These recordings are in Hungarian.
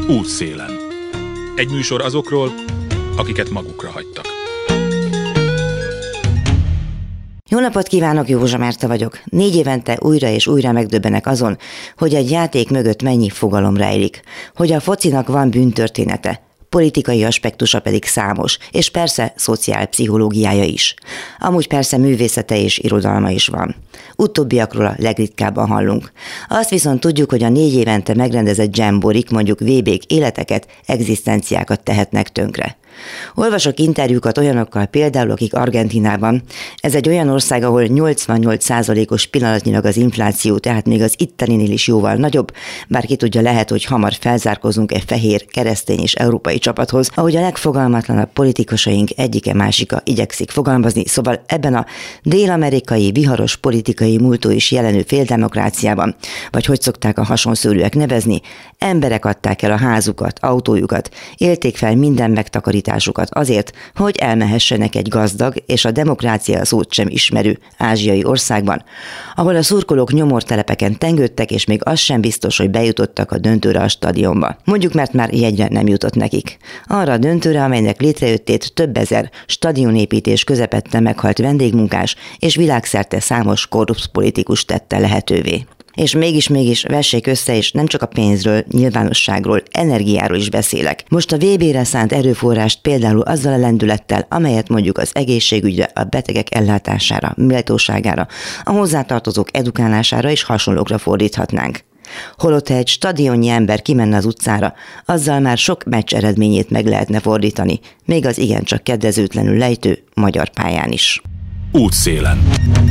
Útszélen. Egy műsor azokról, akiket magukra hagytak. Jó napot kívánok, Józsa Márta vagyok. 4 évente újra és újra megdöbbenek azon, hogy egy játék mögött mennyi fogalom rejlik, hogy a focinak van bűntörténete, politikai aspektusa pedig számos, és persze szociálpszichológiája is. Amúgy persze művészete és irodalma is van. Utóbbiakról a legritkábban hallunk. Azt viszont tudjuk, hogy a 4 évente megrendezett jamborik, mondjuk VB-k életeket, egzisztenciákat tehetnek tönkre. Olvasok interjúkat olyanokkal például, akik Argentínában. Ez egy olyan ország, ahol 88%-os pillanatnyilag az infláció, tehát még az itteninél is jóval nagyobb, bár ki tudja, lehet, hogy hamar felzárkozunk egy fehér, keresztény és európai csapathoz, ahogy a legfogalmatlanabb politikusaink egyike-másika igyekszik fogalmazni, szóval ebben a dél-amerikai viharos politikai múltó is jelenő féldemokráciában, vagy hogy szokták a hasonszőrűek nevezni, emberek adták el a házukat, autójukat, élték fel minden megtakarításukat azért, hogy elmehessenek egy gazdag és a demokrácia szót sem ismerő ázsiai országban, ahol a szurkolók nyomortelepeken tengődtek, és még az sem biztos, hogy bejutottak a döntőre a stadionba. Mondjuk, mert már jegyre nem jutott nekik. Arra a döntőre, amelynek létrejöttét több ezer stadionépítés közepette meghalt vendégmunkás és világszerte számos korrupt politikus tette lehetővé. És mégis vessék össze, és nem csak a pénzről, nyilvánosságról, energiáról is beszélek. Most a VB-re szánt erőforrást például azzal a lendülettel, amelyet mondjuk az egészségügyre, a betegek ellátására, méltóságára, a hozzátartozók edukálására és hasonlókra fordíthatnánk. Holott, ha egy stadionnyi ember kimenne az utcára, azzal már sok meccs eredményét meg lehetne fordítani, még az igencsak kedvezőtlenül lejtő magyar pályán is. Útszélen.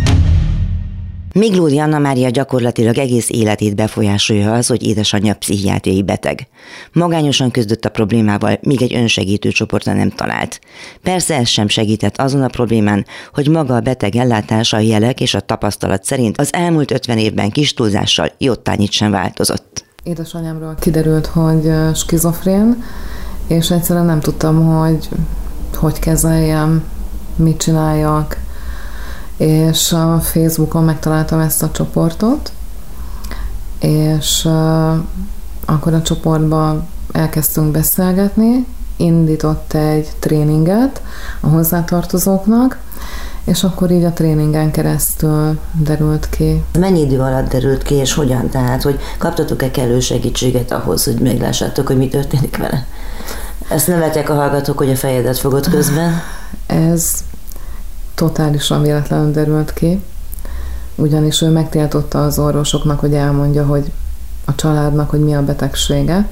Miglódi Anna Mária gyakorlatilag egész életét befolyásolja az, hogy édesanyja pszichiátriai beteg. Magányosan küzdött a problémával, míg egy önsegítő csoportra nem talált. Persze ez sem segített azon a problémán, hogy maga a beteg ellátása, a jelek és a tapasztalat szerint az elmúlt 50 évben kis túlzással jottányit sem változott. Édesanyámról kiderült, hogy skizofrén, és egyszerűen nem tudtam, hogy kezeljem, mit csináljak, és a Facebookon megtaláltam ezt a csoportot, és akkor a csoportban elkezdtünk beszélgetni, indított egy tréninget a hozzátartozóknak, és akkor így a tréningen keresztül derült ki. Mennyi idő alatt derült ki, és hogyan? Tehát, hogy kaptatok-e kellő segítséget ahhoz, hogy meglássátok, hogy mi történik vele? Ezt nem vetják a hallgatók, hogy a fejedet fogod közben? Ez totálisan véletlenül derült ki, ugyanis ő megtiltotta az orvosoknak, hogy elmondja, hogy a családnak, hogy mi a betegsége.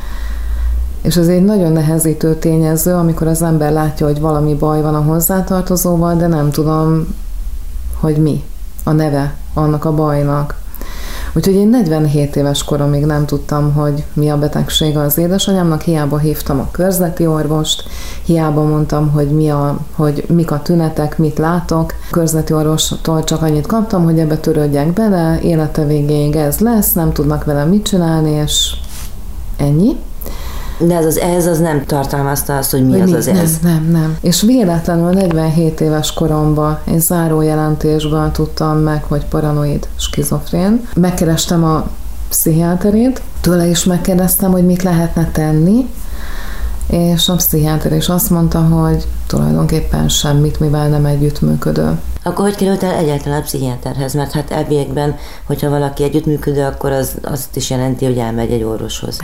És ez egy nagyon nehezítő tényező, amikor az ember látja, hogy valami baj van a hozzátartozóval, de nem tudom, hogy mi a neve annak a bajnak. Úgyhogy én 47 éves koromig nem tudtam, hogy mi a betegsége az édesanyámnak, hiába hívtam a körzeti orvost, hiába mondtam, hogy mik a tünetek, mit látok. A körzeti orvostól csak annyit kaptam, hogy ebbe törődjek bele, élete végéig ez lesz, nem tudnak vele mit csinálni, és ennyi. De ez az nem tartalmazta azt, hogy mi az az ez? Nem. És véletlenül 47 éves koromban egy zárójelentésből tudtam meg, hogy paranoid skizofrén. Megkerestem a pszichiáterét, tőle is megkérdeztem, hogy mit lehetne tenni, és a pszichiáter is azt mondta, hogy tulajdonképpen semmit, mivel nem együttműködő. Akkor hogy kerültél egyáltalán a pszichiáterhez? Mert hát elviekben, hogyha valaki együttműködő, akkor az azt is jelenti, hogy elmegy egy orvoshoz.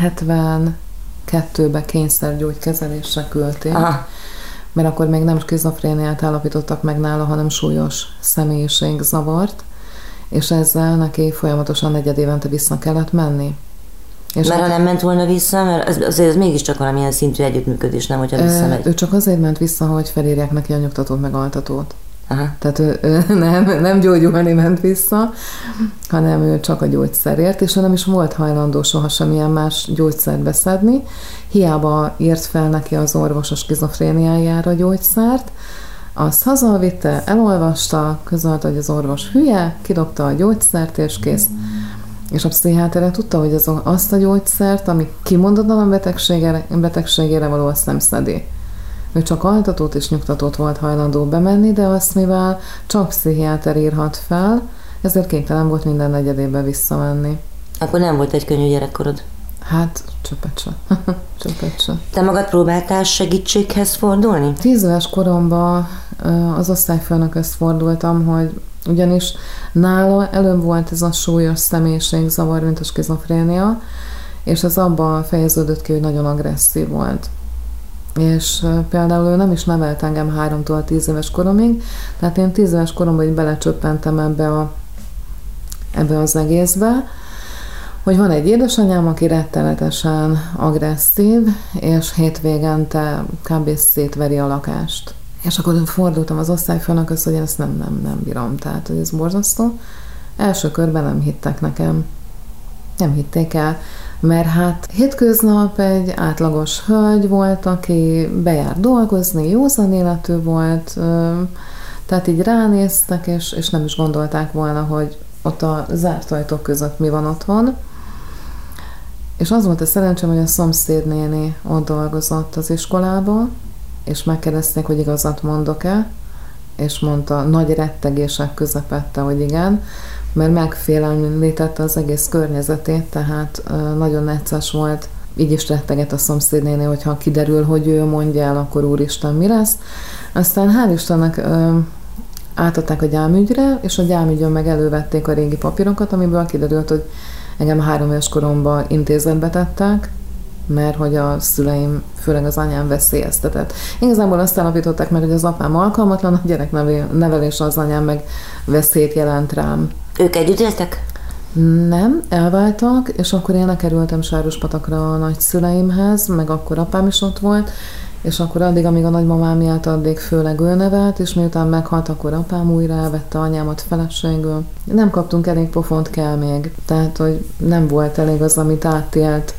72-ben kényszergyógykezelésre küldték, mert akkor még nem skizofréniát állapítottak meg nála, hanem súlyos személyiségzavart, és ezzel neki folyamatosan 4 évente vissza kellett menni. És mert ha nem ment volna vissza, mert azért ez mégiscsak valamilyen szintű együttműködés, nem, hogyha visszamegy. Ő csak azért ment vissza, hogy felírják neki a nyugtatót meg altatót. Aha. Tehát ő nem gyógyulni ment vissza, hanem ő csak a gyógyszerért, és ő nem is volt hajlandó soha semmilyen más gyógyszert beszedni. Hiába írt fel neki az orvos a skizofréniájára gyógyszert, azt hazavitte, elolvasta, közölte, hogy az orvos hülye, kidobta a gyógyszert, és kész. És a pszichiátere tudta, hogy azt a gyógyszert, ami kimondottan a betegségére való, azt nem szedi. Ő csak altatót és nyugtatót volt hajlandó bemenni, de azt, mivel csak pszichiáter írhat fel, ezért kénytelen volt minden negyedébe visszamenni. Akkor nem volt egy könnyű gyerekkorod? Hát, csöppet se. Te magad próbáltál segítséghez fordulni? 10 éves koromban az osztályfőnökhöz fordultam, hogy ugyanis nála előbb volt ez a súlyos személyiségzavar, mint a skizofrénia, és ez abban fejeződött ki, hogy nagyon agresszív volt. És például ő nem is nevelt engem 3-tól 10 éves koromig, tehát én 10 éves koromban így belecsöppentem ebbe az egészbe, hogy van egy édesanyám, aki rettenetesen agresszív, és hétvégente kb. Szétveri a lakást. És akkor fordultam az osztályfőnökhöz, hogy én ezt nem bírom, tehát hogy ez borzasztó. Első körben nem hittek nekem. Nem hitték el, mert hát hétköznap egy átlagos hölgy volt, aki bejár dolgozni, józan életű volt, tehát így ránéztek, és nem is gondolták volna, hogy ott a zárt ajtók között mi van otthon. És az volt a szerencsém, hogy a szomszédnéni ott dolgozott az iskolába, és megkérdezték, hogy igazat mondok-e, és mondta nagy rettegések közepette, hogy igen, mert megfélemlítette az egész környezetét, tehát nagyon necces volt. Így is retteget a szomszédnéni, hogyha kiderül, hogy ő mondja el, akkor úristen, mi lesz. Aztán hál' Istennek átadták a gyámügyre, és a gyámügyön meg elővették a régi papírokat, amiből kiderült, hogy engem 3 éves koromban intézetbe tettek, mert hogy a szüleim, főleg az anyám veszélyeztetett. Igazából azt állapították meg, hogy az apám alkalmatlan, a gyereknevelés az anyám meg veszélyt jelent rám. Ők együtt éltek? Nem, elváltak, és akkor én lekerültem Sárospatakra a nagyszüleimhez, meg akkor apám is ott volt, és akkor addig, amíg a nagymamám élt, addig főleg ő nevelt, és miután meghalt, akkor apám újra elvette anyámat feleségül. Nem kaptunk elég pofont, kell még. Tehát, hogy nem volt elég az, amit átélt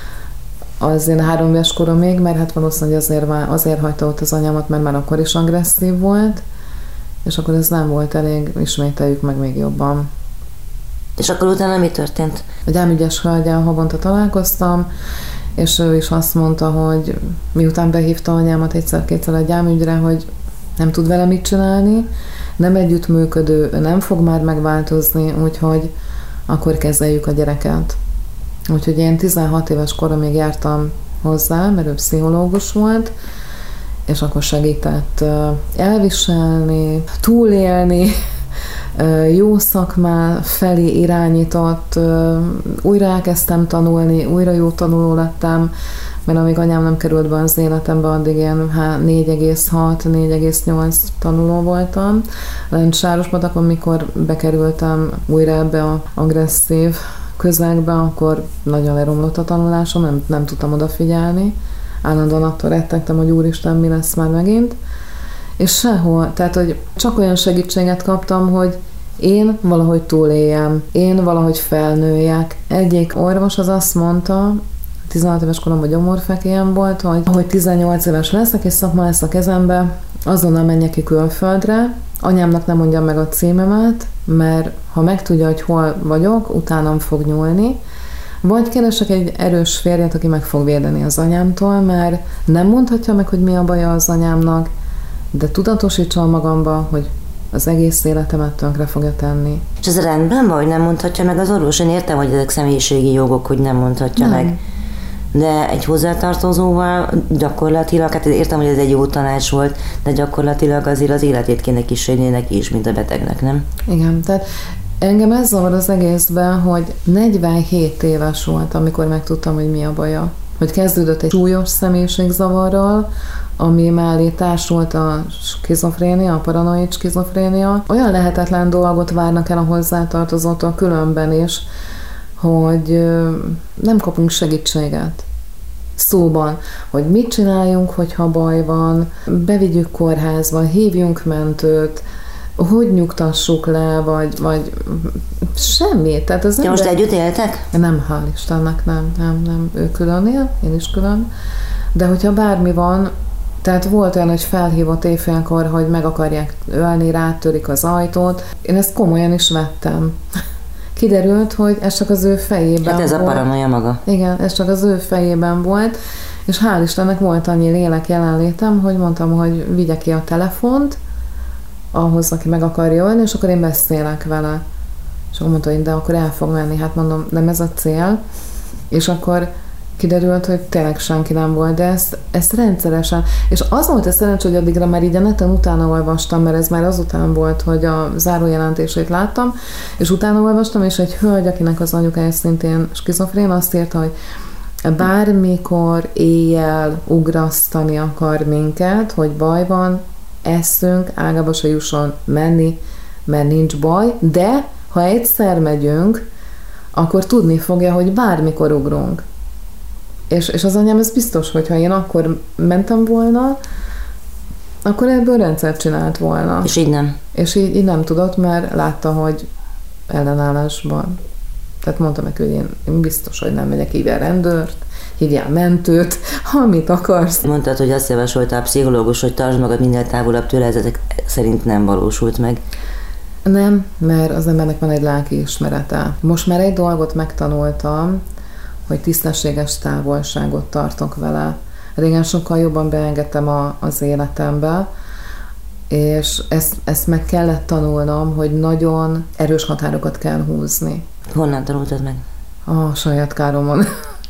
az én 3 éves koromig, mert hát valószínűleg azért hagyta ott az anyámat, mert már akkor is agresszív volt, és akkor ez nem volt elég, ismételjük meg még jobban. És akkor utána mi történt? A gyámügyes hölgyel havonta találkoztam, és ő is azt mondta, hogy miután behívta anyámat egyszer-kétszer a gyámügyre, hogy nem tud vele mit csinálni, nem együttműködő, nem fog már megváltozni, úgyhogy akkor kezeljük a gyereket. Úgyhogy én 16 éves koromig jártam hozzá, mert ő pszichológus volt, és akkor segített elviselni, túlélni, jó szakmá felé irányított, újra elkezdtem tanulni, újra jó tanuló lettem, mert amíg anyám nem került be az életembe, addig én 4,6-4,8 tanuló voltam. Lent Sárospatakon, mikor bekerültem újra ebbe az agresszív közegbe, akkor nagyon leromlott a tanulásom, nem tudtam odafigyelni. Állandóan attól rettegtem, hogy úristen, mi lesz már megint. És sehol, tehát, hogy csak olyan segítséget kaptam, hogy én valahogy túléljem, én valahogy felnőjek. Egyik orvos az azt mondta, 16 éves koromban gyomorfekélyem volt, hogy 18 éves leszek, és szakma lesz a kezembe, azonnal menjek ki külföldre, anyámnak nem mondjam meg a címemet, mert ha megtudja, hogy hol vagyok, utánam fog nyúlni, vagy keresek egy erős férjet, aki meg fog védeni az anyámtól, mert nem mondhatja meg, hogy mi a baja az anyámnak, de tudatosítsam magamba, hogy az egész életemet tönkre fogja tenni. És ez rendben van, hogy nem mondhatja meg az orvos? Én értem, hogy ezek személyiségi jogok, hogy nem mondhatja meg. De egy hozzátartozóval gyakorlatilag, hát értem, hogy ez egy jó tanács volt, de gyakorlatilag azért az életét kéne kísérni neki is, mint a betegnek, nem? Igen, tehát engem ez zavar az egészben, hogy 47 éves volt, amikor megtudtam, hogy mi a baja. Hogy kezdődött egy súlyos személyiségzavarral, ami mellé társult a skizofrénia, a paranoid skizofrénia. Olyan lehetetlen dolgot várnak el a hozzátartozótól különben is, hogy nem kapunk segítséget. Szóban, hogy mit csináljunk, hogyha baj van, bevigyük kórházba, hívjunk mentőt, hogy nyugtassuk le, vagy semmi. Tehát az most együtt éltek? Nem, hál' Istennek, nem. Ő külön él, én is külön. De hogyha bármi van, tehát volt olyan, hogy felhívott éjfélkor, hogy meg akarják ölni, rátörik az ajtót. Én ezt komolyan is vettem. Kiderült, hogy ez csak az ő fejében hát ez volt. A paranoia maga. Igen, ez csak az ő fejében volt, és hál' Istennek volt annyi lélek jelenlétem, hogy mondtam, hogy vigye ki a telefont, ahhoz, aki meg akarja ölni, és akkor én beszélek vele. És akkor mondta, hogy de akkor el fog menni. Hát mondom, nem ez a cél. És akkor kiderült, hogy tényleg senki nem volt, de ezt rendszeresen. És az volt a szerencsé, hogy addigra már így a neten utána olvastam, mert ez már azután volt, hogy a zárójelentését láttam, és utána olvastam, és egy hölgy, akinek az anyukája szintén skizofrén, azt írta, hogy bármikor éjjel ugrasztani akar minket, hogy baj van, eszünk, ágába se jusson menni, mert nincs baj, de ha egyszer megyünk, akkor tudni fogja, hogy bármikor ugrunk. És az anyám, ez biztos, hogy ha én akkor mentem volna, akkor ebből rendszert csinált volna. És így nem. És így nem tudott, mert látta, hogy ellenállásban. Tehát mondtam neki, hogy én biztos, hogy nem megyek, hívjál rendőrt, hívjál mentőt, amit akarsz. Mondtad, hogy azt javasolta a pszichológus, hogy tartsd magad minél távolabb tőle, ezek szerint nem valósult meg. Nem, mert az embernek van egy lelki ismerete. Most már egy dolgot megtanultam, hogy tisztességes távolságot tartok vele. Régen sokkal jobban beengedtem az életembe, és ezt meg kellett tanulnom, hogy nagyon erős határokat kell húzni. Honnan tanultad meg? A saját káromon.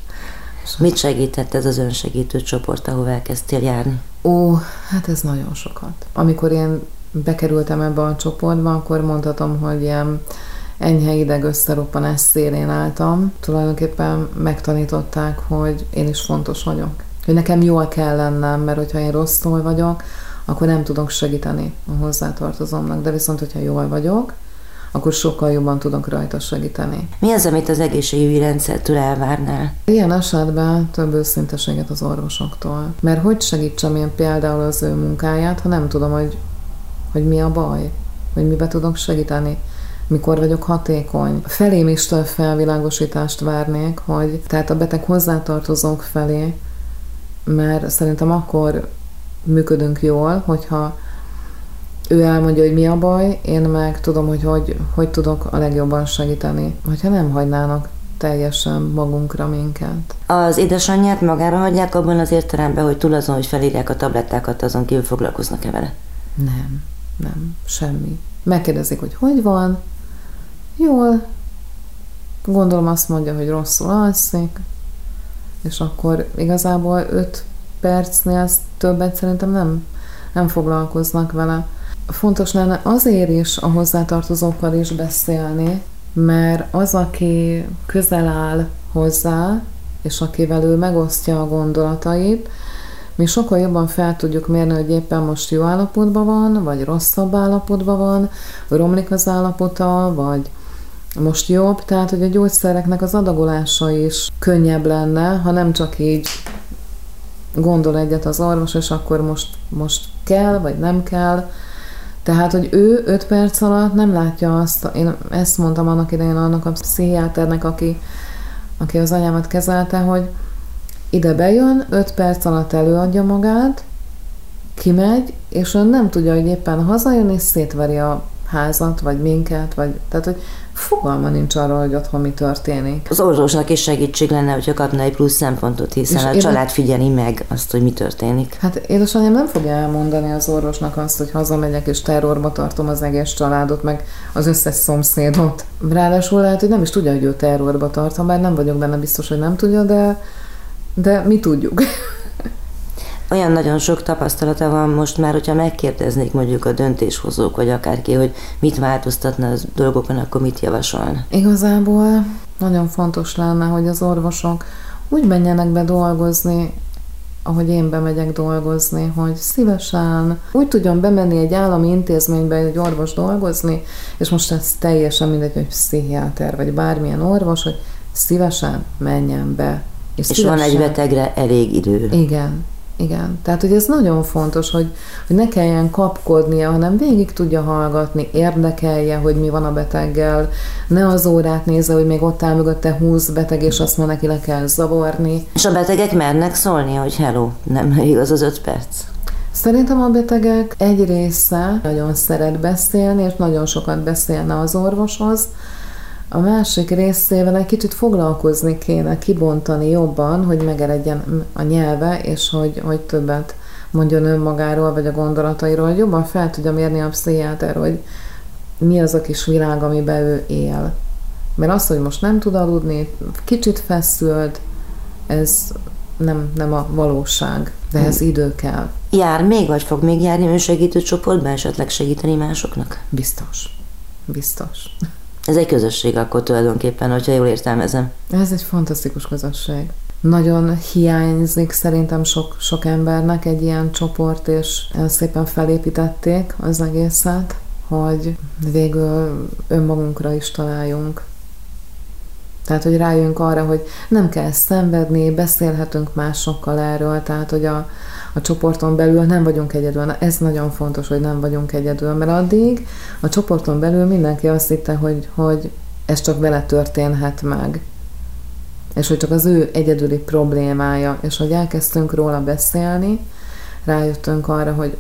Mit segített ez az önsegítő csoport, ahol elkezdtél járni? Hát ez nagyon sokat. Amikor én bekerültem ebbe a csoportba, akkor mondhatom, hogy ilyen enyhe ideg összeroppanás szélén álltam. Tulajdonképpen megtanították, hogy én is fontos vagyok. Hogy nekem jól kell lennem, mert hogyha én rosszul vagyok, akkor nem tudok segíteni a hozzátartozómnak. De viszont, hogyha jól vagyok, akkor sokkal jobban tudok rajta segíteni. Mi az, amit az egészségügyi rendszertől elvárnál? Ilyen esetben több őszinteséget az orvosoktól. Mert hogy segítsem én például az ő munkáját, ha nem tudom, hogy mi a baj, hogy mibe tudok segíteni, mikor vagyok hatékony. Felém is több felvilágosítást várnék, hogy tehát a beteg hozzátartozók felé, mert szerintem akkor működünk jól, hogyha ő elmondja, hogy mi a baj, én meg tudom, hogy tudok a legjobban segíteni, hogyha nem hagynának teljesen magunkra minket. Az édesanyját magára hagyják abban az értelemben, hogy túl azon, hogy felírják a tablettákat, azon kívül foglalkoznak-e vele? Nem, semmi. Megkérdezik, hogy van, jól, gondolom azt mondja, hogy rosszul alszik, és akkor igazából 5 percnél többet szerintem nem foglalkoznak vele. Fontos lenne azért is a hozzátartozókkal is beszélni, mert az, aki közel áll hozzá, és akivel ő megosztja a gondolatait, mi sokkal jobban fel tudjuk mérni, hogy éppen most jó állapotban van, vagy rosszabb állapotban van, romlik az állapota, vagy most jobb. Tehát, hogy a gyógyszereknek az adagolása is könnyebb lenne, ha nem csak így gondol egyet az orvos, és akkor most kell, vagy nem kell. Tehát, hogy ő 5 perc alatt nem látja azt, én ezt mondtam annak idején annak a pszichiáternek, aki az anyámat kezelte, hogy ide bejön, 5 perc alatt előadja magát, kimegy, és ön nem tudja, hogy éppen hazajön, és szétveri a házat, vagy minket, vagy tehát, hogy fogalma nincs arról, hogy otthon mi történik. Az orvosnak is segítség lenne, hogyha kapna egy plusz szempontot, hiszen a család figyeli meg azt, hogy mi történik. Hát édesanyám nem fogja elmondani az orvosnak azt, hogy hazamegyek és terrorba tartom az egész családot, meg az összes szomszédot. Ráadásul lehet, hogy nem is tudja, hogy ő terrorba tart, bár nem vagyok benne biztos, hogy nem tudja, de mi tudjuk. Olyan nagyon sok tapasztalata van most már, hogyha megkérdeznék mondjuk a döntéshozók, vagy akárki, hogy mit változtatna a dolgokon, akkor mit javasolna? Igazából nagyon fontos lenne, hogy az orvosok úgy menjenek be dolgozni, ahogy én bemegyek dolgozni, hogy szívesen úgy tudjon bemenni egy állami intézménybe egy orvos dolgozni, és most ez teljesen mindegy, hogy pszichiáter, vagy bármilyen orvos, hogy szívesen menjen be. És van egy betegre elég idő. Igen. Tehát, hogy ez nagyon fontos, hogy ne kelljen kapkodnia, hanem végig tudja hallgatni, érdekelje, hogy mi van a beteggel, ne az órát nézze, hogy még ott áll mögötte 20 beteg, és azt mondja, neki le kell zavarni. És a betegek mernek szólni, hogy hello, nem igaz az 5 perc? Szerintem a betegek egy része nagyon szeret beszélni, és nagyon sokat beszélne az orvoshoz. A másik részével egy kicsit foglalkozni kéne, kibontani jobban, hogy megeredjen a nyelve, és hogy többet mondjon önmagáról, vagy a gondolatairól, hogy jobban fel tudja mérni a pszichiáter, hogy mi az a kis világ, amiben ő él. Mert az, hogy most nem tud aludni, kicsit feszült, ez nem a valóság, de ez idő kell. Jár még, vagy fog még járni önsegítő csoportban, esetleg segíteni másoknak? Biztos. Ez egy közösség akkor tulajdonképpen, hogyha jól értelmezem. Ez egy fantasztikus közösség. Nagyon hiányzik szerintem sok embernek egy ilyen csoport, és szépen felépítették az egészet, hogy végül önmagunkra is találjunk. Tehát, hogy rájönk arra, hogy nem kell szenvedni, beszélhetünk másokkal erről, tehát, hogy a csoporton belül nem vagyunk egyedül. Na, ez nagyon fontos, hogy nem vagyunk egyedül, mert addig a csoporton belül mindenki azt hitte, hogy ez csak vele történhet meg. És hogy csak az ő egyedüli problémája. És hogy elkezdtünk róla beszélni, rájöttünk arra, hogy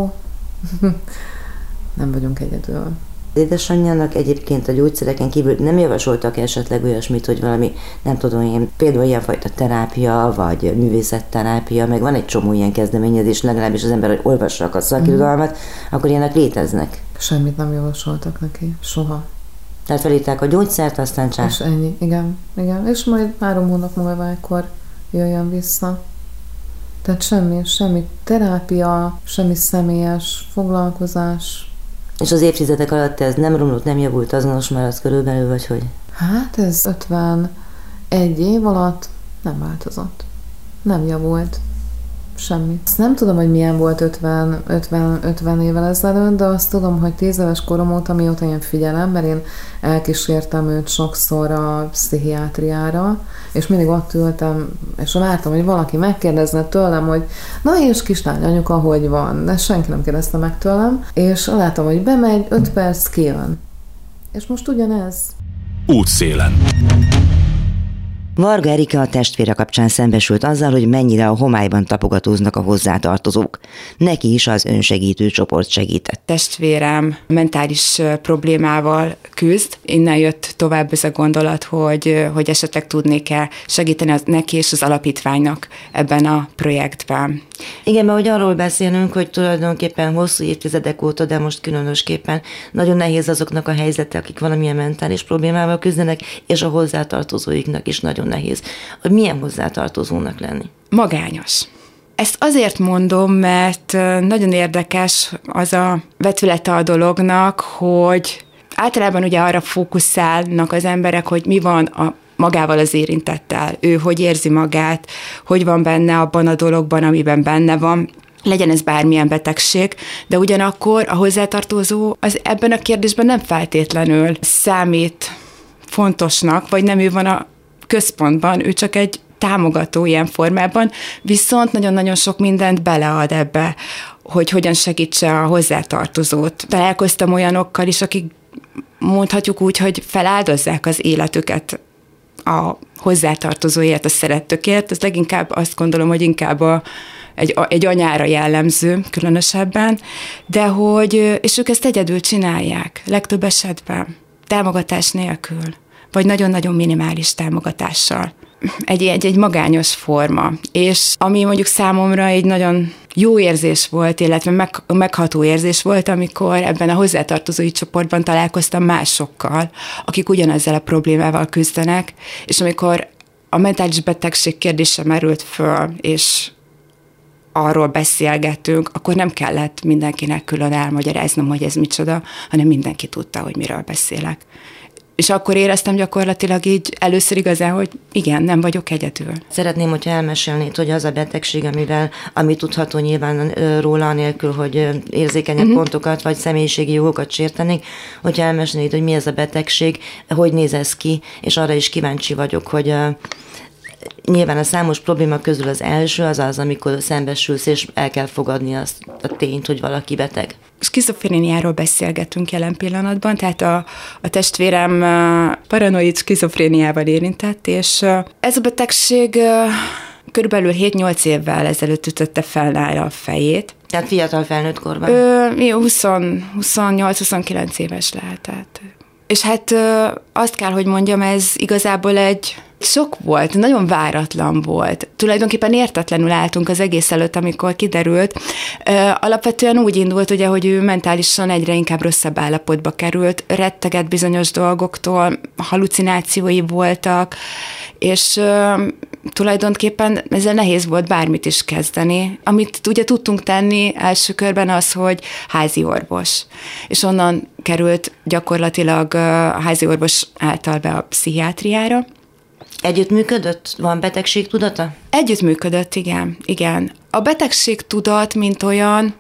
nem vagyunk egyedül. Édesanyjának egyébként a gyógyszereken kívül nem javasoltak esetleg olyasmit, hogy valami, nem tudom én, például ilyenfajta terápia, vagy művészetterápia, meg van egy csomó ilyen kezdeményezés, legalábbis az ember, hogy olvassa a szakirodalmat, akkor ilyenek léteznek. Semmit nem javasoltak neki, soha. Tehát felírták a gyógyszert, aztán csak. És ennyi, igen. És majd 3 hónap múlva ekkor jöjjön vissza. Tehát semmi terápia, semmi személyes foglalkozás. És az évtizedek alatt ez nem romlott, nem javult, azonos maradt körülbelül, vagy hogy? Hát ez 51 év alatt nem változott. Nem javult. Semmi. Azt nem tudom, hogy milyen volt 50 évvel ezelőtt, de azt tudom, hogy 10 éves korom óta, mióta én figyelem, mert én elkísértem őt sokszor a pszichiátriára, és mindig ott ültem, és vártam, hogy valaki megkérdezne tőlem, hogy na és kislány anyuka, hogy van? De senki nem kérdezte meg tőlem, és látom, hogy bemegy, 5 perc, kijön. És most ugyanez. Útszélen. Varga Erika a testvére kapcsán szembesült azzal, hogy mennyire a homályban tapogatóznak a hozzátartozók. Neki is az önsegítő csoport segített. Testvérem mentális problémával küzd. Innen jött tovább ez a gondolat, hogy esetleg tudnék-e segíteni neki és az alapítványnak ebben a projektben. Igen, mert hogy arról beszélünk, hogy tulajdonképpen hosszú évtizedek óta, de most különösképpen nagyon nehéz azoknak a helyzete, akik valamilyen mentális problémával küzdenek, és a hozzátartozóiknak is nagyon nehéz. Hogy milyen hozzátartozónak lenni? Magányos. Ezt azért mondom, mert nagyon érdekes az a vetülete a dolognak, hogy általában ugye arra fókuszálnak az emberek, hogy mi van magával az érintettel, ő hogy érzi magát, hogy van benne abban a dologban, amiben benne van, legyen ez bármilyen betegség, de ugyanakkor a hozzátartozó az ebben a kérdésben nem feltétlenül számít fontosnak, vagy nem ő van a központban, ő csak egy támogató ilyen formában, viszont nagyon-nagyon sok mindent belead ebbe, hogy hogyan segítse a hozzátartozót. Találkoztam olyanokkal is, akik mondhatjuk úgy, hogy feláldozzák az életüket a hozzátartozóért, a szerettökért. Ez leginkább azt gondolom, hogy inkább egy anyára jellemző különösebben, de és ők ezt egyedül csinálják, legtöbb esetben, támogatás nélkül, vagy nagyon-nagyon minimális támogatással. Egy magányos forma, és ami mondjuk számomra egy nagyon jó érzés volt, illetve megható érzés volt, amikor ebben a hozzátartozói csoportban találkoztam másokkal, akik ugyanezzel a problémával küzdenek, és amikor a mentális betegség kérdése merült föl, és arról beszélgettünk, akkor nem kellett mindenkinek külön elmagyaráznom, hogy ez micsoda, hanem mindenki tudta, hogy miről beszélek. És akkor éreztem gyakorlatilag így először igazán, hogy igen, nem vagyok egyedül. Szeretném, hogyha elmesélnéd, hogy az a betegség, ami tudható nyilván róla, anélkül, hogy érzékenyebb pontokat vagy személyiségi jogokat sértenék, hogyha elmesélnéd, hogy mi ez a betegség, hogy néz ez ki, és arra is kíváncsi vagyok, hogy nyilván a számos probléma közül az első az, amikor szembesülsz, és el kell fogadni azt a tényt, hogy valaki beteg. Skizofréniáról beszélgetünk jelen pillanatban, tehát a testvérem paranoid skizofréniával érintett, és ez a betegség körülbelül 7-8 évvel ezelőtt ütötte fel nála a fejét. Tehát fiatal felnőtt korban? 28-29 éves lehetett. És hát azt kell, hogy mondjam, ez igazából egy Sok volt, nagyon váratlan volt. Tulajdonképpen értetlenül álltunk az egész előtt, amikor kiderült. Alapvetően úgy indult, ugye, hogy ő mentálisan egyre inkább rosszabb állapotba került, retteget bizonyos dolgoktól, halucinációi voltak, és tulajdonképpen ezzel nehéz volt bármit is kezdeni. Amit ugye tudtunk tenni első körben az, hogy házi orvos. És onnan került gyakorlatilag a házi orvos által be a pszichiátriára. Együttműködött? Van betegségtudata? Együttműködött, igen. A betegségtudat, mint olyan,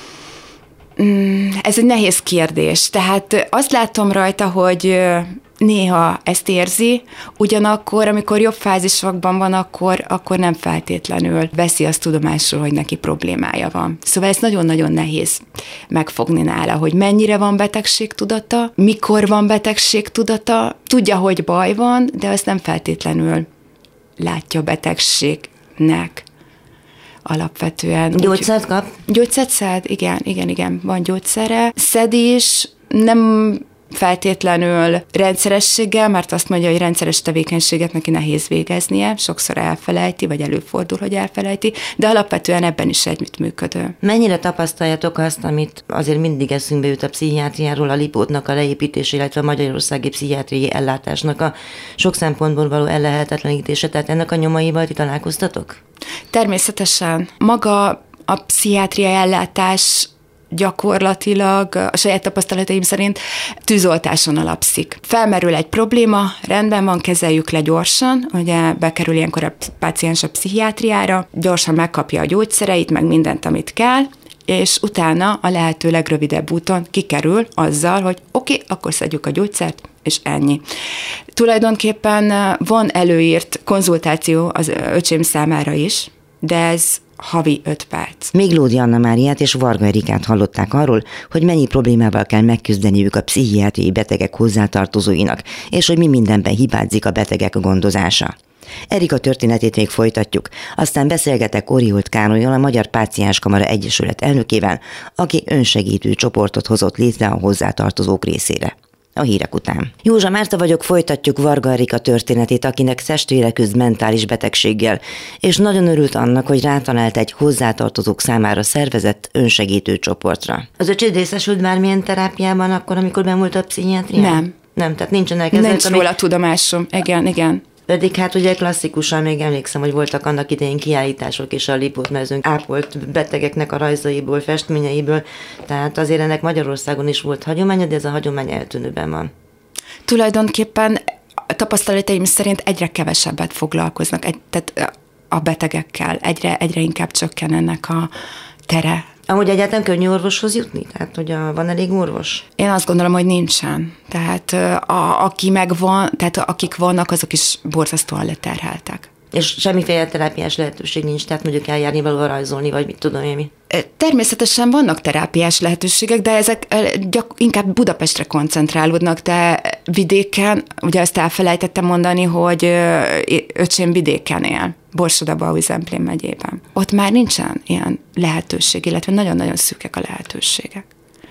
ez egy nehéz kérdés. Tehát azt látom rajta, hogy néha ezt érzi, ugyanakkor, amikor jobb fázisokban van, akkor nem feltétlenül veszi azt tudomásul, hogy neki problémája van. Szóval ez nagyon-nagyon nehéz megfogni nála, hogy mennyire van betegségtudata, mikor van betegségtudata, tudja, hogy baj van, de azt nem feltétlenül látja betegségnek alapvetően. Gyógyszert kap? Gyógyszert szed, igen, van gyógyszere. Szedés nem feltétlenül rendszerességgel, mert azt mondja, hogy rendszeres tevékenységet neki nehéz végeznie, sokszor elfelejti, vagy előfordul, hogy elfelejti, de alapvetően ebben is együttműködő. Mennyire tapasztaljátok azt, amit azért mindig eszünkbe jut a pszichiátriáról, a Lipótnak a leépítése, illetve a magyarországi pszichiátriai ellátásnak a sok szempontból való ellehetetlenítése, tehát ennek a nyomaival ti találkoztatok? Természetesen. Maga a pszichiátriai ellátás gyakorlatilag a saját tapasztalataim szerint tűzoltáson alapszik. Felmerül egy probléma, rendben van, kezeljük le gyorsan, ugye bekerül ilyenkor a páciens a pszichiátriára, gyorsan megkapja a gyógyszereit, meg mindent, amit kell, és utána a lehető legrövidebb úton kikerül azzal, hogy oké, akkor szedjük a gyógyszert, és ennyi. Tulajdonképpen van előírt konzultáció az öcsém számára is, de ez havi 5 perc. Miglódi Anna Máriát és Varga Erikát hallották arról, hogy mennyi problémával kell megküzdeniük a pszichiátriai betegek hozzátartozóinak, és hogy mi mindenben hibázik a betegek gondozása. Erika történetét még folytatjuk, aztán beszélgetek Oriolt Károlyal, a Magyar Pácienskamara Egyesület elnökével, aki önsegítő csoportot hozott létre a hozzátartozók részére. A hírek után. Józsa Márta vagyok, folytatjuk Varga Erika történetét, akinek testvére küzd mentális betegséggel, és nagyon örült annak, hogy rátalált egy hozzátartozók számára szervezett önsegítő csoportra. Az öcséd részesült bármilyen terápiában akkor, amikor bemúlt a pszichiátrián? Nem, tehát nincsenek ezek. Nincs róla tudomásom, igen. Pedig hát ugye klasszikusan még emlékszem, hogy voltak annak idején kiállítások is a Lipót mezőn ápolt betegeknek a rajzaiból, festményeiből, tehát azért ennek Magyarországon is volt hagyománya, de ez a hagyomány eltűnőben van. Tulajdonképpen a tapasztalataim szerint egyre kevesebbet foglalkoznak, tehát a betegekkel, egyre inkább csökken ennek a tere. Amúgy egyáltalán könnyű orvoshoz jutni? Tehát, hogy van elég orvos? Én azt gondolom, hogy nincsen. Tehát aki megvan, tehát akik vannak, azok is borzasztóan leterheltek. És semmiféle terápiás lehetőség nincs, tehát mondjuk eljárni valahol rajzolni, vagy mit tudom én mi? Természetesen vannak terápiás lehetőségek, de ezek inkább Budapestre koncentrálódnak, de vidéken, ugye azt elfelejtettem mondani, hogy öcsém vidéken él, Borsod-Abaúj-Zemplén megyében. Ott már nincsen ilyen lehetőség, illetve nagyon-nagyon szűkek a lehetőségek.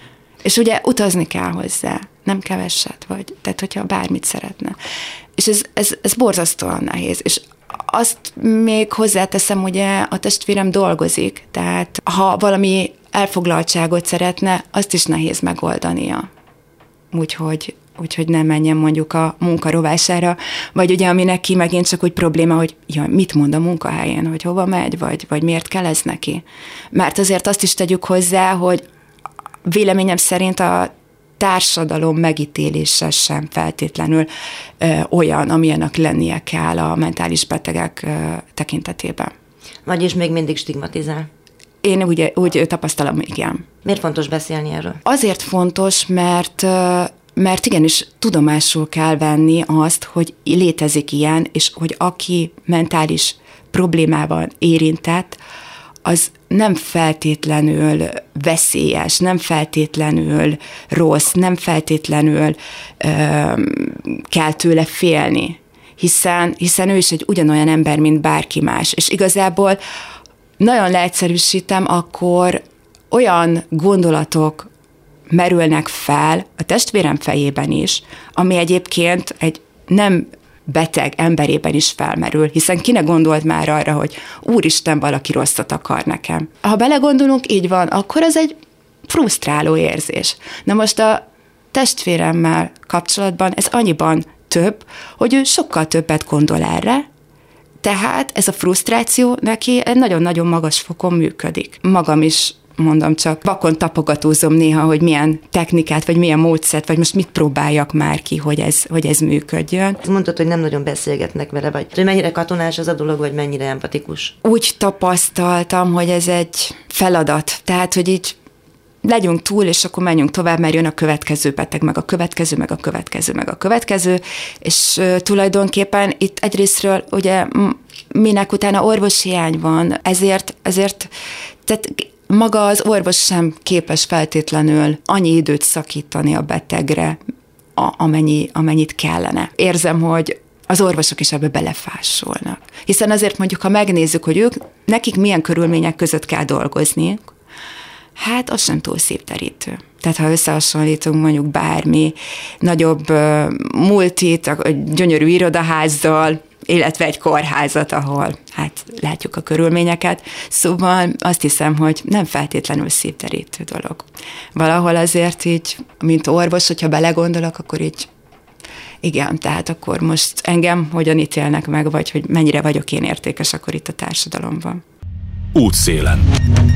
És ugye utazni kell hozzá, nem keveset, vagy, tehát hogyha bármit szeretne. És ez borzasztóan nehéz, és azt még hozzáteszem, ugye a testvérem dolgozik, tehát ha valami elfoglaltságot szeretne, azt is nehéz megoldania. Úgyhogy nem menjen mondjuk a munka rovására, vagy ugye ami neki megint csak úgy probléma, hogy mit mond a munkahelyén, hogy hova megy, vagy miért kell ez neki. Mert azért azt is tegyük hozzá, hogy véleményem szerint a társadalom megítélése sem feltétlenül olyan, amilyenek lennie kell a mentális betegek tekintetében. Vagyis még mindig stigmatizál? Én úgy tapasztalom, igen. Miért fontos beszélni erről? Azért fontos, mert igenis tudomásul kell venni azt, hogy létezik ilyen, és hogy aki mentális problémával érintett, az nem feltétlenül veszélyes, nem feltétlenül rossz, nem feltétlenül kell tőle félni, hiszen ő is egy ugyanolyan ember, mint bárki más. És igazából nagyon leegyszerűsítem, akkor olyan gondolatok merülnek fel a testvérem fejében is, ami egyébként egy nem beteg emberében is felmerül, hiszen ki ne gondolt már arra, hogy úristen, valaki rosszat akar nekem. Ha belegondolunk, így van, akkor ez egy frusztráló érzés. Na most a testvéremmel kapcsolatban ez annyiban több, hogy ő sokkal többet gondol erre, tehát ez a frusztráció neki nagyon-nagyon magas fokon működik. Magam is, mondom, csak vakon tapogatózom néha, hogy milyen technikát, vagy milyen módszert, vagy most mit próbáljak már ki, hogy ez működjön. Mondtad, hogy nem nagyon beszélgetnek vele, vagy hogy mennyire katonás az a dolog, vagy mennyire empatikus? Úgy tapasztaltam, hogy ez egy feladat, tehát, hogy így legyünk túl, és akkor menjünk tovább, mert jön a következő beteg, meg a következő, meg a következő, meg a következő, és tulajdonképpen itt egyrésztről ugye minek utána orvoshiány van, ezért tehát maga az orvos sem képes feltétlenül annyi időt szakítani a betegre, amennyit kellene. Érzem, hogy az orvosok is ebbe belefásolnak. Hiszen azért mondjuk, ha megnézzük, hogy nekik milyen körülmények között kell dolgozni, hát az sem túl szívterítő. Tehát ha összehasonlítunk mondjuk bármi nagyobb multit, gyönyörű irodaházzal, illetve egy kórházat, ahol hát látjuk a körülményeket. Szóval azt hiszem, hogy nem feltétlenül szívterítő dolog. Valahol azért így, mint orvos, hogyha belegondolok, akkor így igen, tehát akkor most engem hogyan ítélnek meg, vagy hogy mennyire vagyok én értékes akkor itt a társadalomban. Útszélen.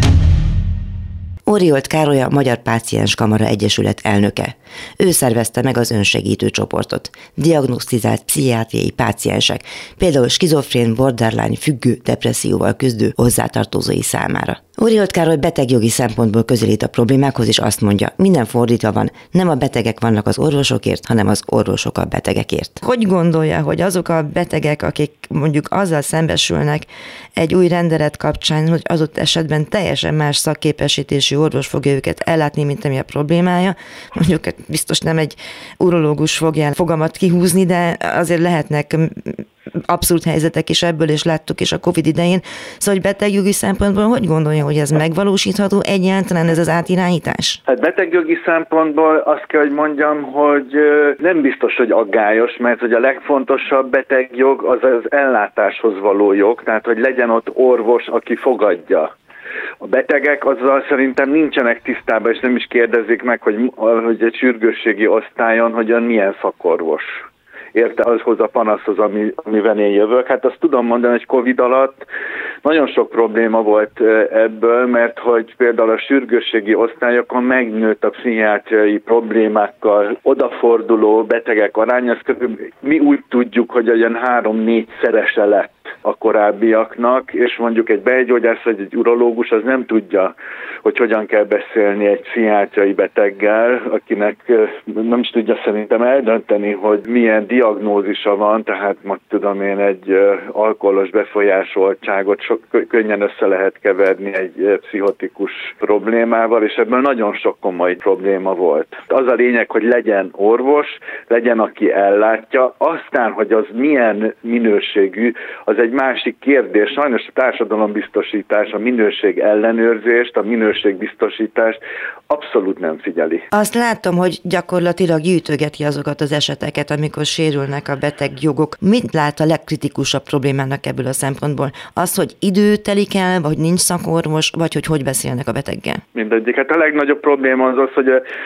Oriolt Károly a Magyar Páciens Kamara Egyesület elnöke. Ő szervezte meg az önsegítő csoportot. Diagnosztizált pszichiátriai páciensek, például skizofrén, borderline, függő, depresszióval küzdő hozzátartozói számára. Oriolt Károly betegjogi szempontból közelít a problémákhoz, és azt mondja, minden fordítva van, nem a betegek vannak az orvosokért, hanem az orvosok a betegekért. Hogy gondolja, hogy azok a betegek, akik mondjuk azzal szembesülnek egy új rendelet kapcsán, hogy adott esetben teljesen más szakképesítésű orvos fogja őket ellátni, mint ami a problémája, mondjuk biztos nem egy urológus fogja fogamat kihúzni, de azért lehetnek abszolút helyzetek is ebből, és láttuk is a Covid idején. Szóval, hogy betegjogi szempontból hogy gondolja, hogy ez megvalósítható egyáltalán ez az átirányítás? Hát betegjogi szempontból azt kell, hogy mondjam, hogy nem biztos, hogy aggályos, mert hogy a legfontosabb betegjog az az ellátáshoz való jog, tehát hogy legyen ott orvos, aki fogadja. A betegek azzal szerintem nincsenek tisztában, és nem is kérdezik meg, hogy egy sürgősségi osztályon, hogy ön milyen szakorvos érte azhoz a panaszhoz, amivel én jövök. Hát azt tudom mondani, hogy Covid alatt nagyon sok probléma volt ebből, mert hogy például a sürgősségi osztályokon megnőtt a pszichiátriai problémákkal odaforduló betegek aránya. Mi úgy tudjuk, hogy olyan 3-4-szerese lett a korábbiaknak, és mondjuk egy belgyógyász vagy egy urológus az nem tudja, hogy hogyan kell beszélni egy pszichiátriai beteggel, akinek nem is tudja szerintem eldönteni, hogy milyen diagnózisa van, tehát most tudom én egy alkoholos befolyásoltságot könnyen össze lehet keverni egy pszichotikus problémával, és ebből nagyon sok komoly probléma volt. Az a lényeg, hogy legyen orvos, legyen, aki ellátja, aztán, hogy az milyen minőségű, az egy másik kérdés. Sajnos a társadalombiztosítás, a minőség ellenőrzést, a minőségbiztosítást abszolút nem figyeli. Azt látom, hogy gyakorlatilag gyűjtögeti azokat az eseteket, amikor sérülnek a betegjogok. Mit lát a legkritikusabb problémának ebből a szempontból? Az, hogy idő telik el, vagy nincs szakorvos, vagy hogy beszélnek a beteggel? Mindegyik. Hát a legnagyobb probléma az, hogy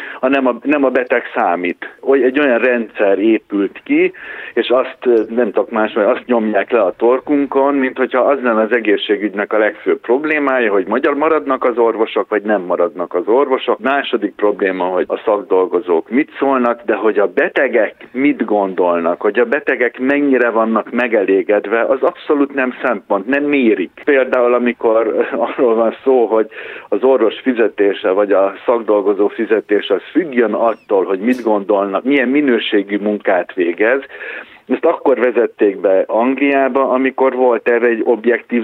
nem a beteg számít. Egy olyan rendszer épült ki, és azt nem tudok máshogy, azt nyomják le a torkunkon, mint hogyha az lenne az egészségügynek a legfőbb problémája, hogy maradnak az orvosok, vagy nem maradnak az orvosok. Második probléma, hogy a szakdolgozók mit szólnak, de hogy a betegek mit gondolnak, hogy a betegek mennyire vannak megelégedve, az abszolút nem szempont, nem mérik. Például amikor arról van szó, hogy az orvos fizetése, vagy a szakdolgozó fizetése az függjön attól, hogy mit gondolnak, milyen minőségű munkát végez. Ezt akkor vezették be Angliába, amikor volt erre egy objektív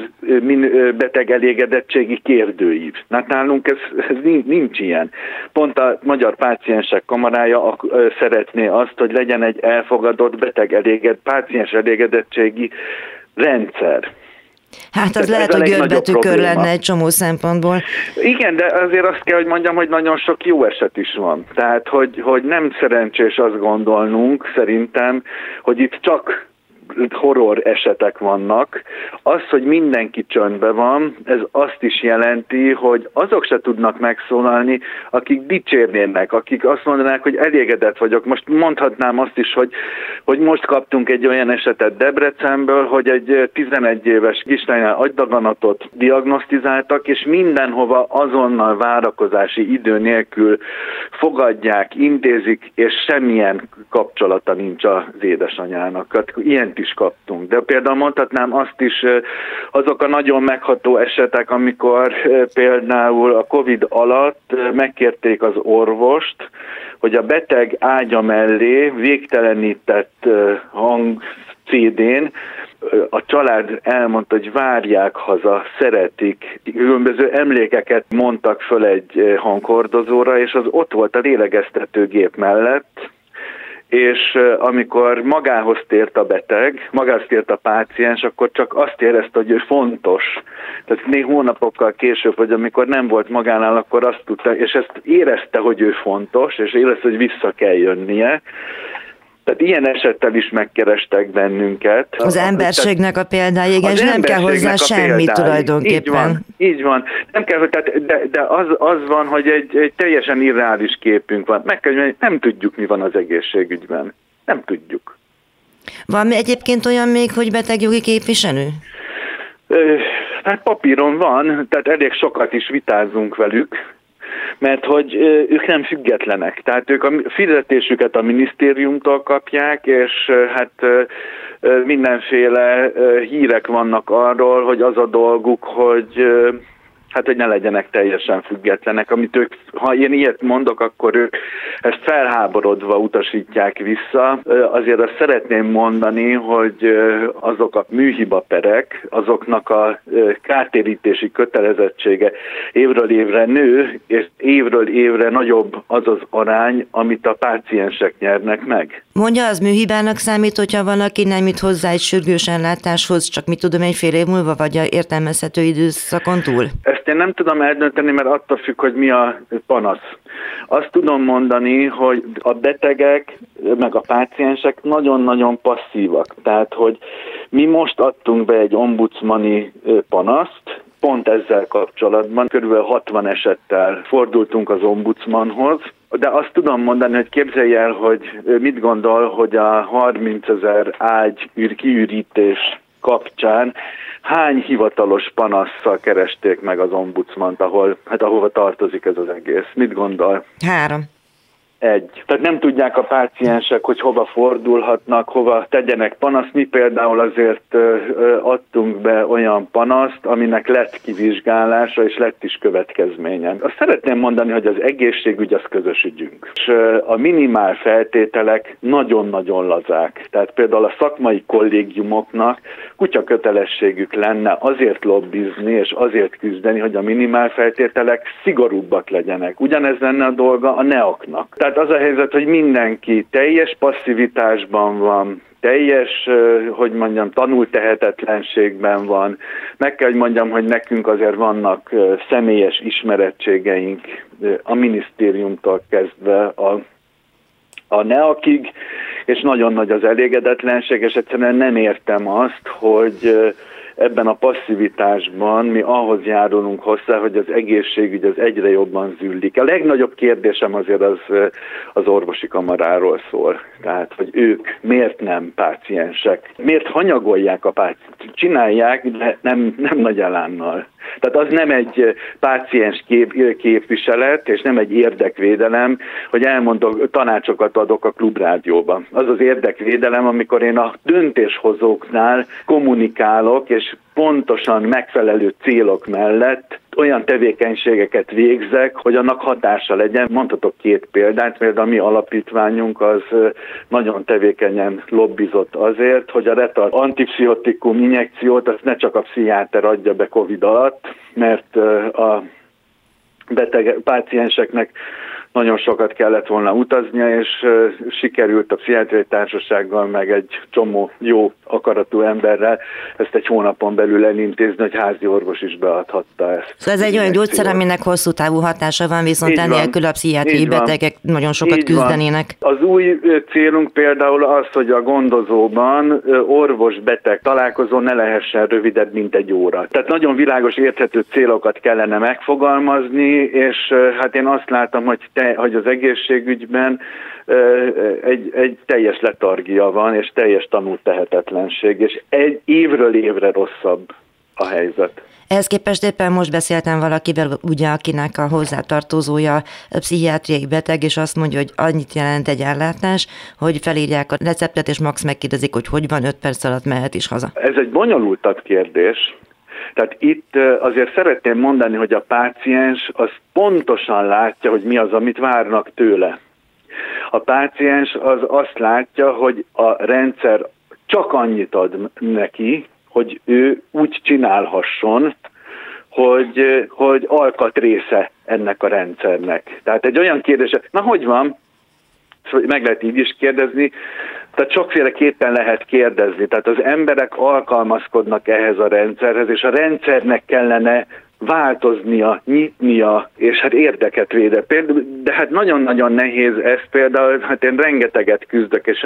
beteg elégedettségi kérdőív. Nálunk ez nincs ilyen. Pont a Magyar Páciensek Kamarája szeretné azt, hogy legyen egy elfogadott páciens elégedettségi rendszer. Hát az lehet, hogy görbetükör lenne egy csomó szempontból. Igen, de azért azt kell, hogy mondjam, hogy nagyon sok jó eset is van. Tehát, hogy nem szerencsés azt gondolnunk, szerintem, hogy itt csak horror esetek vannak. Az, hogy mindenki csöndben van, ez azt is jelenti, hogy azok se tudnak megszólalni, akik dicsérnének, akik azt mondanák, hogy elégedett vagyok. Most mondhatnám azt is, hogy most kaptunk egy olyan esetet Debrecenből, hogy egy 11 éves kislánynál agydaganatot diagnosztizáltak, és mindenhova azonnal várakozási idő nélkül fogadják, intézik, és semmilyen kapcsolata nincs az édesanyának. Hát ilyent is kaptunk. De például mondhatnám azt is, azok a nagyon megható esetek, amikor például a Covid alatt megkérték az orvost, hogy a beteg ágya mellé végtelenített hang CD-n a család elmondta, hogy várják haza, szeretik. Különböző emlékeket mondtak föl egy hanghordozóra, és az ott volt a lélegeztetőgép mellett, és amikor magához tért a beteg, magához tért a páciens, akkor csak azt érezte, hogy ő fontos. Tehát négy hónapokkal később, vagy amikor nem volt magánál, akkor azt tudta, és ezt érezte, hogy ő fontos, és érezte, hogy vissza kell jönnie. Tehát ilyen esettel is megkerestek bennünket. Az emberségnek a példája, igen, és nem kell hozzá semmi tulajdonképpen. Így van. Nem kell, de az van, hogy egy teljesen irreális képünk van. Meg kell mondani, nem tudjuk, mi van az egészségügyben. Nem tudjuk. Van egyébként olyan még, hogy betegjogi képviselő? Hát papíron van, tehát elég sokat is vitázunk velük, mert hogy ők nem függetlenek. Tehát ők a fizetésüket a minisztériumtól kapják, és hát mindenféle hírek vannak arról, hogy az a dolguk, hogy ne legyenek teljesen függetlenek. Amit ők, ha én ilyet mondok, akkor ők ezt felháborodva utasítják vissza. Azért azt szeretném mondani, hogy azok a műhibaperek, azoknak a kártérítési kötelezettsége évről évre nő, és évről évre nagyobb az az arány, amit a páciensek nyernek meg. Mondja, az műhibának számít, hogyha valaki nem jut hozzá egy sürgős ellátáshoz, csak mit tudom, egy fél év múlva, vagy a értelmezhető időszakon túl? Ezt én nem tudom eldönteni, mert attól függ, hogy mi a panasz. Azt tudom mondani, hogy a betegek, meg a páciensek nagyon-nagyon passzívak. Tehát, hogy mi most adtunk be egy ombudsmani panaszt, pont ezzel kapcsolatban, körülbelül 60 esettel fordultunk az ombudsmanhoz, de azt tudom mondani, hogy képzelj el, hogy mit gondol, hogy a 30 000 ágy kiürítés kapcsán hány hivatalos panasszal keresték meg az ombudsmant, ahova tartozik ez az egész? Mit gondol? 3. 1. Tehát nem tudják a páciensek, hogy hova fordulhatnak, hova tegyenek panaszt. Mi például azért adtunk be olyan panaszt, aminek lett kivizsgálása, és lett is következménye. Azt szeretném mondani, hogy az egészségügy az közös ügyünk. És a minimál feltételek nagyon-nagyon lazák. Tehát például a szakmai kollégiumoknak kutyakötelességük lenne azért lobbizni, és azért küzdeni, hogy a minimál feltételek szigorúbbak legyenek. Ugyanez lenne a dolga a NEAK-nak. Tehát az a helyzet, hogy mindenki teljes passzivitásban van, teljes, tanult tehetetlenségben van. Meg kell, hogy mondjam, hogy nekünk azért vannak személyes ismerettségeink a minisztériumtól kezdve a NEAK-ig, és nagyon nagy az elégedetlenség, és egyszerűen nem értem azt, hogy ebben a passzivitásban mi ahhoz járulunk hozzá, hogy az egészségügy az egyre jobban züllik. A legnagyobb kérdésem azért az orvosi kamaráról szól. Tehát, hogy ők miért nem páciensek? Miért hanyagolják a pácienset? Csinálják, de nem nagy elánnal. Tehát az nem egy páciens képviselet, és nem egy érdekvédelem, hogy elmondok, tanácsokat adok a klubrádióban. Az az érdekvédelem, amikor én a döntéshozóknál kommunikálok, és pontosan megfelelő célok mellett olyan tevékenységeket végzek, hogy annak hatása legyen. Mondhatok 2 példát, például a mi alapítványunk az nagyon tevékenyen lobbizott azért, hogy a retard antipszichotikum injekciót azt ne csak a pszichiáter adja be Covid alatt, mert a pácienseknek nagyon sokat kellett volna utaznia, és sikerült a pszichiátriai társasággal, meg egy csomó jó akaratú emberrel ezt egy hónapon belül elintézni, hogy házi orvos is beadhatta ezt. Szóval ez egy olyan gyógyszer, aminek hosszú távú hatása van, viszont enélkül a pszichiátriai betegek nagyon sokat küzdenének. Az új célunk például az, hogy a gondozóban orvos-beteg találkozó ne lehessen rövidebb, mint egy óra. Tehát nagyon világos, érthető célokat kellene megfogalmazni, és hát én azt látom, hogy az egészségügyben egy teljes letargia van, és teljes tanultehetetlenség, és egy évről évre rosszabb a helyzet. Ehhez képest éppen most beszéltem valakivel, ugye, akinek a hozzátartozója a pszichiátriai beteg, és azt mondja, hogy annyit jelent egy ellátás, hogy felírják a receptet, és max megkérdezik, hogy van, 5 perc alatt mehet is haza. Ez egy bonyolultabb kérdés. Tehát itt azért szeretném mondani, hogy a páciens az pontosan látja, hogy mi az, amit várnak tőle. A páciens az azt látja, hogy a rendszer csak annyit ad neki, hogy ő úgy csinálhasson, hogy alkatrésze ennek a rendszernek. Tehát egy olyan kérdés, na hogy van? Meg lehet így is kérdezni, tehát sokféleképpen lehet kérdezni. Tehát az emberek alkalmazkodnak ehhez a rendszerhez, és a rendszernek kellene változnia, nyitnia, és hát érdeket véde. De hát nagyon-nagyon nehéz ez például, hát én rengeteget küzdök, és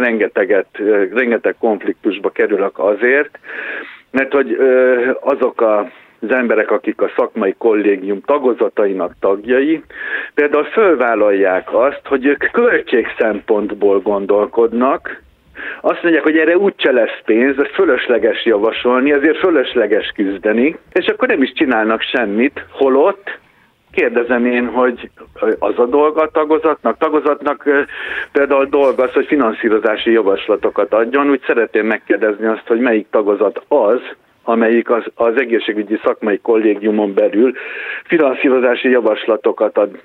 rengeteg konfliktusba kerülök azért, mert hogy azok az emberek, akik a szakmai kollégium tagozatainak tagjai, például fölvállalják azt, hogy ők költségszempontból gondolkodnak, azt mondják, hogy erre úgyse lesz pénz, ez fölösleges javasolni, ezért fölösleges küzdeni, és akkor nem is csinálnak semmit, holott kérdezem én, hogy az a dolga a tagozatnak például dolga az, hogy finanszírozási javaslatokat adjon, úgy szeretném megkérdezni azt, hogy melyik tagozat az, amelyik az egészségügyi szakmai kollégiumon belül finanszírozási javaslatokat ad.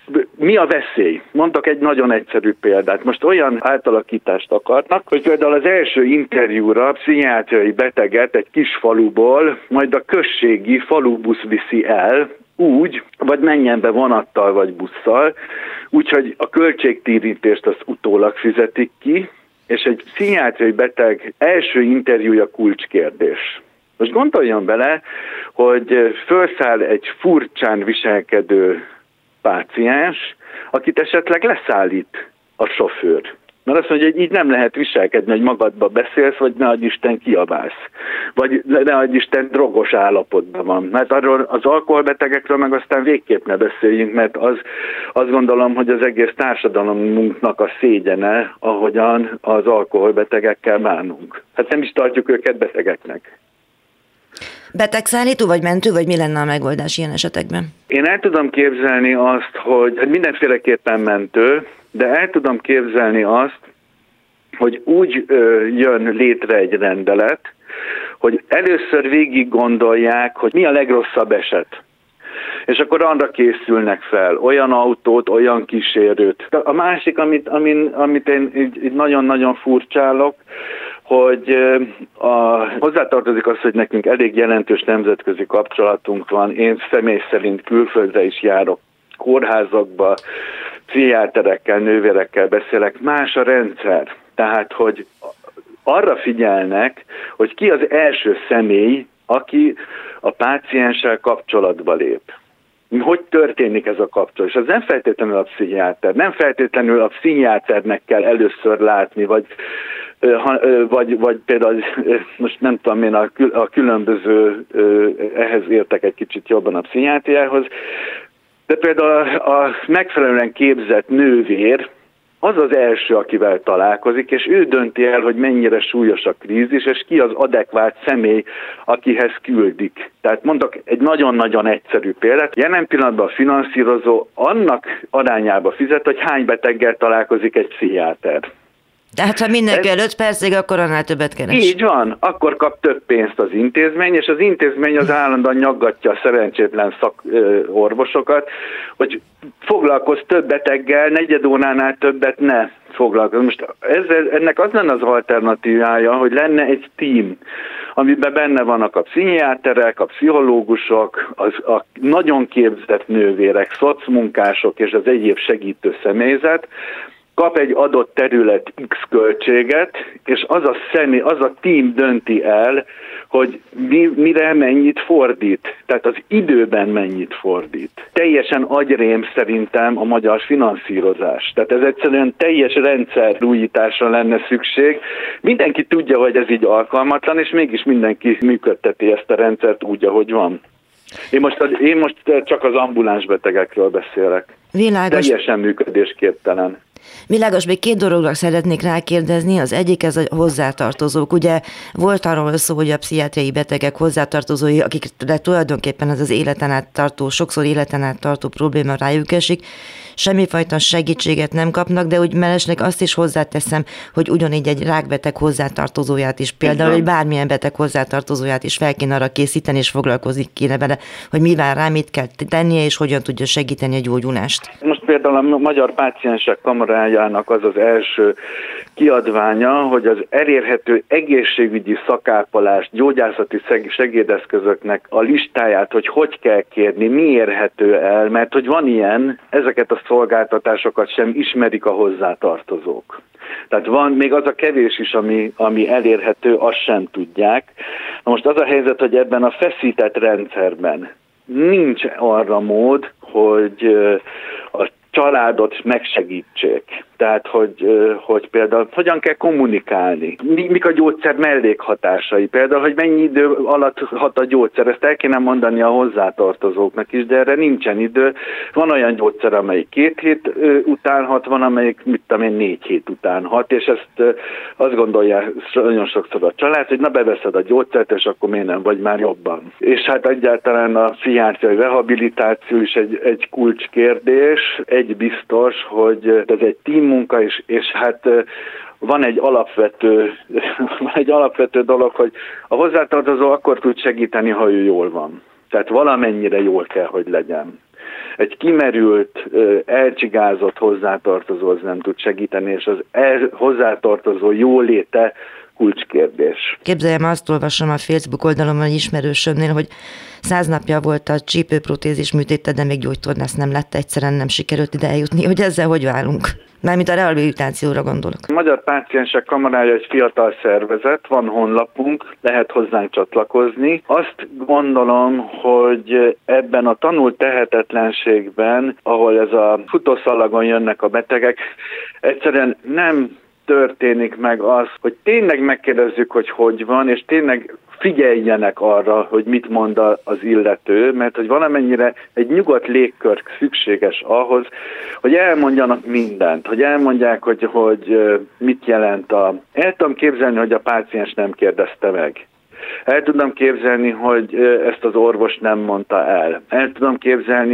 Mi a veszély? Mondok egy nagyon egyszerű példát. Most olyan átalakítást akarnak, hogy például az első interjúra pszichiátriai beteget egy kis faluból majd a községi falubusz viszi el, úgy, vagy menjen be vonattal vagy busszal, úgyhogy a költségtérítést azt utólag fizetik ki, és egy pszichiátriai beteg első interjúja kulcskérdés. Most gondoljon bele, hogy felszáll egy furcsán viselkedő páciens, akit esetleg leszállít a sofőr. Mert azt mondja, hogy így nem lehet viselkedni, hogy magadba beszélsz, vagy ne adj Isten kiabálsz. Vagy ne adj Isten drogos állapotban van. Mert arról az alkoholbetegekről meg aztán végképp ne beszéljünk, mert azt gondolom, hogy az egész társadalmunknak a szégyene, ahogyan az alkoholbetegekkel bánunk. Hát nem is tartjuk őket betegeknek. Betegszállító vagy mentő, vagy mi lenne a megoldás ilyen esetekben? Én el tudom képzelni azt, hogy mindenféleképpen mentő, de el tudom képzelni azt, hogy úgy jön létre egy rendelet, hogy először végig gondolják, hogy mi a legrosszabb eset. És akkor arra készülnek fel, olyan autót, olyan kísérőt. A másik, amit én így nagyon-nagyon furcsálok, hogy hozzátartozik az, hogy nekünk elég jelentős nemzetközi kapcsolatunk van. Én személy szerint külföldre is járok, kórházakba, pszichiáterekkel, nővérekkel beszélek. Más a rendszer. Tehát, hogy arra figyelnek, hogy ki az első személy, aki a pácienssel kapcsolatba lép. Hogy történik ez a kapcsolat? És ez nem feltétlenül a pszichiáter, nem feltétlenül a pszichiáternek kell először látni, vagy például, most nem tudom én, a különböző, ehhez értek egy kicsit jobban a pszichiátriához, de például a megfelelően képzett nővér, az az első, akivel találkozik, és ő dönti el, hogy mennyire súlyos a krízis, és ki az adekvát személy, akihez küldik. Tehát mondok egy nagyon-nagyon egyszerű példát. Jelen pillanatban a finanszírozó annak arányába fizet, hogy hány beteggel találkozik egy pszichiáter. Tehát ha mindenki 5 percig, akkor annál többet keres. Így van, akkor kap több pénzt az intézmény, és az intézmény az állandóan nyaggatja a szerencsétlen orvosokat, hogy foglalkozz több beteggel, negyed óránál többet ne foglalkozz. Most ennek az lenne az alternatívája, hogy lenne egy tím, amiben benne vannak a pszichiáterek, a pszichológusok, a nagyon képzett nővérek, szocmunkások és az egyéb segítő személyzet, kap egy adott terület X költséget, és az a tím dönti el, hogy mire mennyit fordít, tehát az időben mennyit fordít. Teljesen agyrém szerintem a magyar finanszírozás. Tehát ez egyszerűen teljes rendszerújításra lenne szükség. Mindenki tudja, hogy ez így alkalmatlan, és mégis mindenki működteti ezt a rendszert úgy, ahogy van. Én most csak az ambuláns betegekről beszélek. Világos. Teljesen működésképtelen. Világos, még két dologra szeretnék rákérdezni, az egyik ez a hozzátartozók. Ugye volt arról szó, hogy a pszichiátriai betegek hozzátartozói, akikre tulajdonképpen ez az életen át tartó, sokszor életen át tartó probléma rájuk esik, semmifajta segítséget nem kapnak, de úgy mellesleg azt is hozzáteszem, hogy ugyanígy egy rákbeteg hozzátartozóját is, például egy bármilyen beteg hozzátartozóját is fel kéne arra készíteni, és foglalkozni kéne vele, hogy mi vár rá, mit kell tennie, és hogyan tudja segíteni a gyógyulást. Most például a Magyar Páciensek Kamarájának az első kiadványa, hogy az elérhető egészségügyi szakápolás, gyógyászati segédeszközöknek a listáját, hogy kell kérni, mi érhető el, mert hogy van ilyen, ezeket a szolgáltatásokat sem ismerik a hozzátartozók. Tehát van még az a kevés is, ami elérhető, azt sem tudják. Na most az a helyzet, hogy ebben a feszített rendszerben nincs arra mód, hogy a családot megsegítsék. Tehát, hogy például hogyan kell kommunikálni, mik a gyógyszer mellékhatásai, például, hogy mennyi idő alatt hat a gyógyszer, ezt el kéne mondani a hozzátartozóknak is, de erre nincsen idő. Van olyan gyógyszer, amelyik 2 hét után hat, van, amelyik 4 hét után hat, és ezt azt gondolja nagyon sokszor a család, hogy na beveszed a gyógyszert, és akkor miért nem vagy már jobban. És hát egyáltalán a pszichiátriai rehabilitáció is egy kulcskérdés. Egy biztos, hogy ez egy munka, és hát van egy alapvető dolog, hogy a hozzátartozó akkor tud segíteni, ha ő jól van. Tehát valamennyire jól kell, hogy legyen. Egy kimerült, elcsigázott hozzátartozó az nem tud segíteni, és az hozzátartozó jóléte kulcskérdés. Képzeljem, azt olvasom a Facebook oldalon egy ismerősömnél, hogy 100 napja volt a csípőprotézis műtéte, de még gyógytornász nem lett, egyszerűen nem sikerült ide eljutni, hogy ezzel hogy válunk. Mármint a rehabilitációra gondolok. A Magyar Páciensek Kamarája egy fiatal szervezet, van honlapunk, lehet hozzánk csatlakozni. Azt gondolom, hogy ebben a tanult tehetetlenségben, ahol ez a futószalagon jönnek a betegek, egyszerűen nem történik meg az, hogy tényleg megkérdezzük, hogy van, és tényleg figyeljenek arra, hogy mit mond az illető, mert hogy valamennyire egy nyugodt légkör szükséges ahhoz, hogy elmondjanak mindent, hogy elmondják, hogy mit jelent El tudom képzelni, hogy a páciens nem kérdezte meg. El tudom képzelni, hogy ezt az orvos nem mondta el. El tudom képzelni,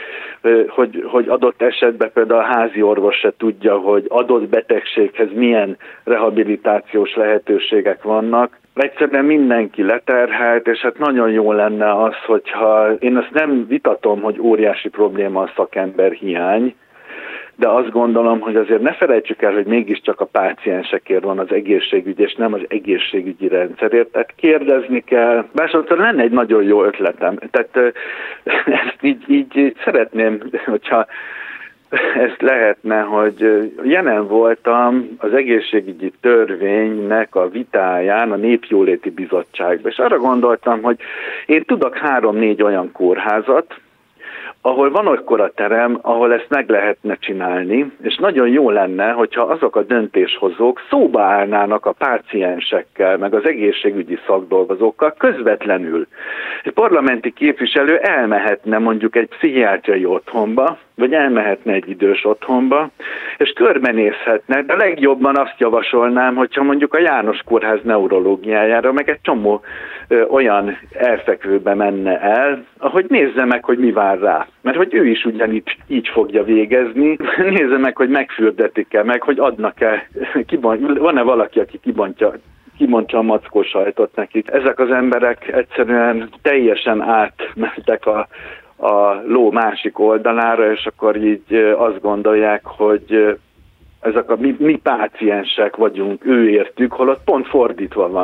hogy adott esetben például a házi orvos se tudja, hogy adott betegséghez milyen rehabilitációs lehetőségek vannak. Egyszerűen mindenki leterhelt, és hát nagyon jó lenne az, hogyha én azt nem vitatom, hogy óriási probléma a szakember hiány, de azt gondolom, hogy azért ne felejtsük el, hogy mégiscsak a páciensekért van az egészségügy, és nem az egészségügyi rendszerért. Tehát kérdezni kell. Másodszor lenne egy nagyon jó ötletem. Tehát ezt így szeretném, hogyha ezt lehetne, hogy jelen voltam az egészségügyi törvénynek a vitáján a Népjóléti Bizottságban, és arra gondoltam, hogy én tudok 3-4 olyan kórházat, ahol van akkora terem, ahol ezt meg lehetne csinálni, és nagyon jó lenne, hogyha azok a döntéshozók szóba állnának a páciensekkel, meg az egészségügyi szakdolgozókkal közvetlenül. Egy parlamenti képviselő elmehetne mondjuk egy pszichiátriai otthonba, vagy elmehetne egy idős otthonba, és körbenézhetne, de legjobban azt javasolnám, hogyha mondjuk a János Kórház neurológiájára, meg egy csomó olyan elfekvőbe menne el, ahogy nézze meg, hogy mi vár rá. Mert hogy ő is így fogja végezni, nézze meg, hogy megfürdetik-e, meg hogy adnak-e, van-e valaki, aki kibontja a mackó sajtot nekik. Ezek az emberek egyszerűen teljesen átmentek a ló másik oldalára, és akkor így azt gondolják, hogy ezek mi páciensek vagyunk, ő értük, holott pont fordítva van.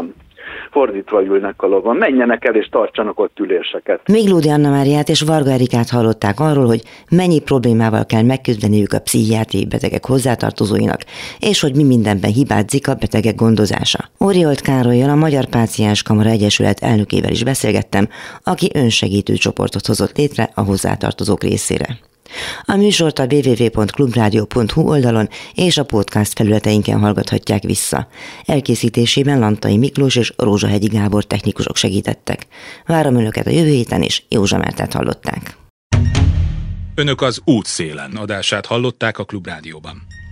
fordítva ülnek a lovon. Menjenek el és tartsanak ott üléseket. Miglódi Anna Máriát és Varga Erikát hallották arról, hogy mennyi problémával kell megküzdeniük a pszichiátriai betegek hozzátartozóinak, és hogy mi mindenben hibázik a betegek gondozása. Oriolt Károllyal, a Magyar Páciens Kamara Egyesület elnökével is beszélgettem, aki önsegítő csoportot hozott létre a hozzátartozók részére. A műsort a www.clubradio.hu oldalon és a podcast felületeinken hallgathatják vissza. Elkészítésében Lantai Miklós és Rózsahegyi Gábor technikusok segítettek. Várom Önöket a jövő héten, és Józsa Mártát hallották. Önök az Útszélen adását hallották a Klubrádióban.